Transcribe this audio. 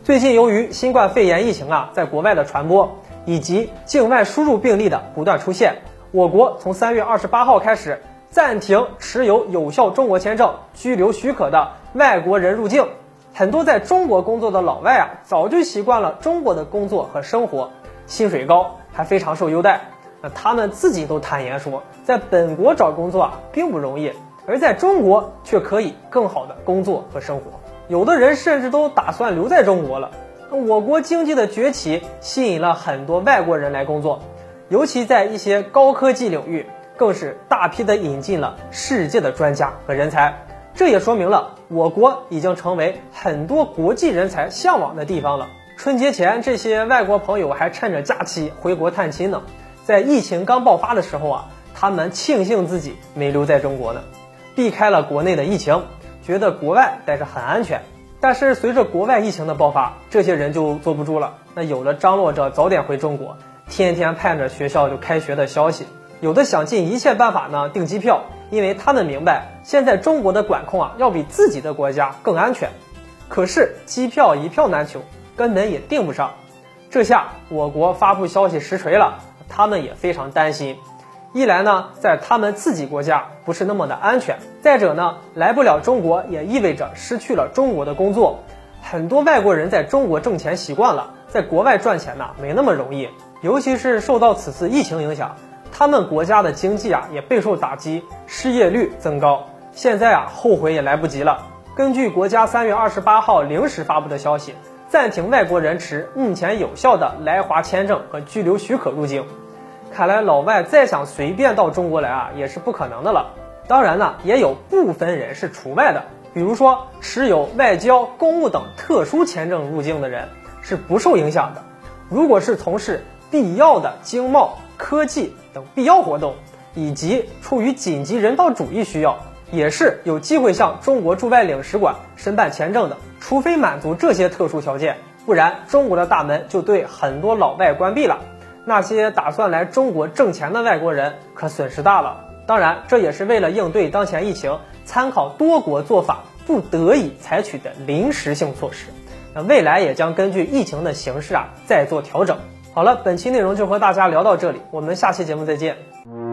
最近由于新冠肺炎疫情在国外的传播，以及境外输入病例的不断出现，我国从3月28号开始暂停持有有效中国签证、居留许可的外国人入境。很多在中国工作的老外早就习惯了中国的工作和生活，薪水高，还非常受优待。那他们自己都坦言说，在本国找工作并不容易，而在中国却可以更好的工作和生活。有的人甚至都打算留在中国了。我国经济的崛起吸引了很多外国人来工作，尤其在一些高科技领域，更是大批的引进了世界的专家和人才。这也说明了我国已经成为很多国际人才向往的地方了。春节前，这些外国朋友还趁着假期回国探亲呢。在疫情刚爆发的时候他们庆幸自己没留在中国呢，避开了国内的疫情，觉得国外待着很安全。但是随着国外疫情的爆发，这些人就坐不住了。那有的张罗着早点回中国，天天盼着学校就开学的消息；有的想尽一切办法订机票，因为他们明白现在中国的管控要比自己的国家更安全。可是机票一票难求，根本也订不上。这下我国发布消息实锤了，他们也非常担心。一来在他们自己国家不是那么的安全，再者来不了中国也意味着失去了中国的工作。很多外国人在中国挣钱习惯了，在国外赚钱没那么容易，尤其是受到此次疫情影响，他们国家的经济也备受打击，失业率增高。现在后悔也来不及了。根据国家3月28号零时发布的消息，暂停外国人持目前有效的来华签证和居留许可入境。看来老外再想随便到中国来也是不可能的了。当然也有部分人是除外的，比如说持有外交、公务等特殊签证入境的人是不受影响的。如果是从事必要的经贸、科技等必要活动，以及出于紧急人道主义需要，也是有机会向中国驻外领事馆申办签证的。除非满足这些特殊条件，不然中国的大门就对很多老外关闭了。那些打算来中国挣钱的外国人可损失大了。当然，这也是为了应对当前疫情，参考多国做法不得已采取的临时性措施。那未来也将根据疫情的形势再做调整。好了，本期内容就和大家聊到这里，我们下期节目再见。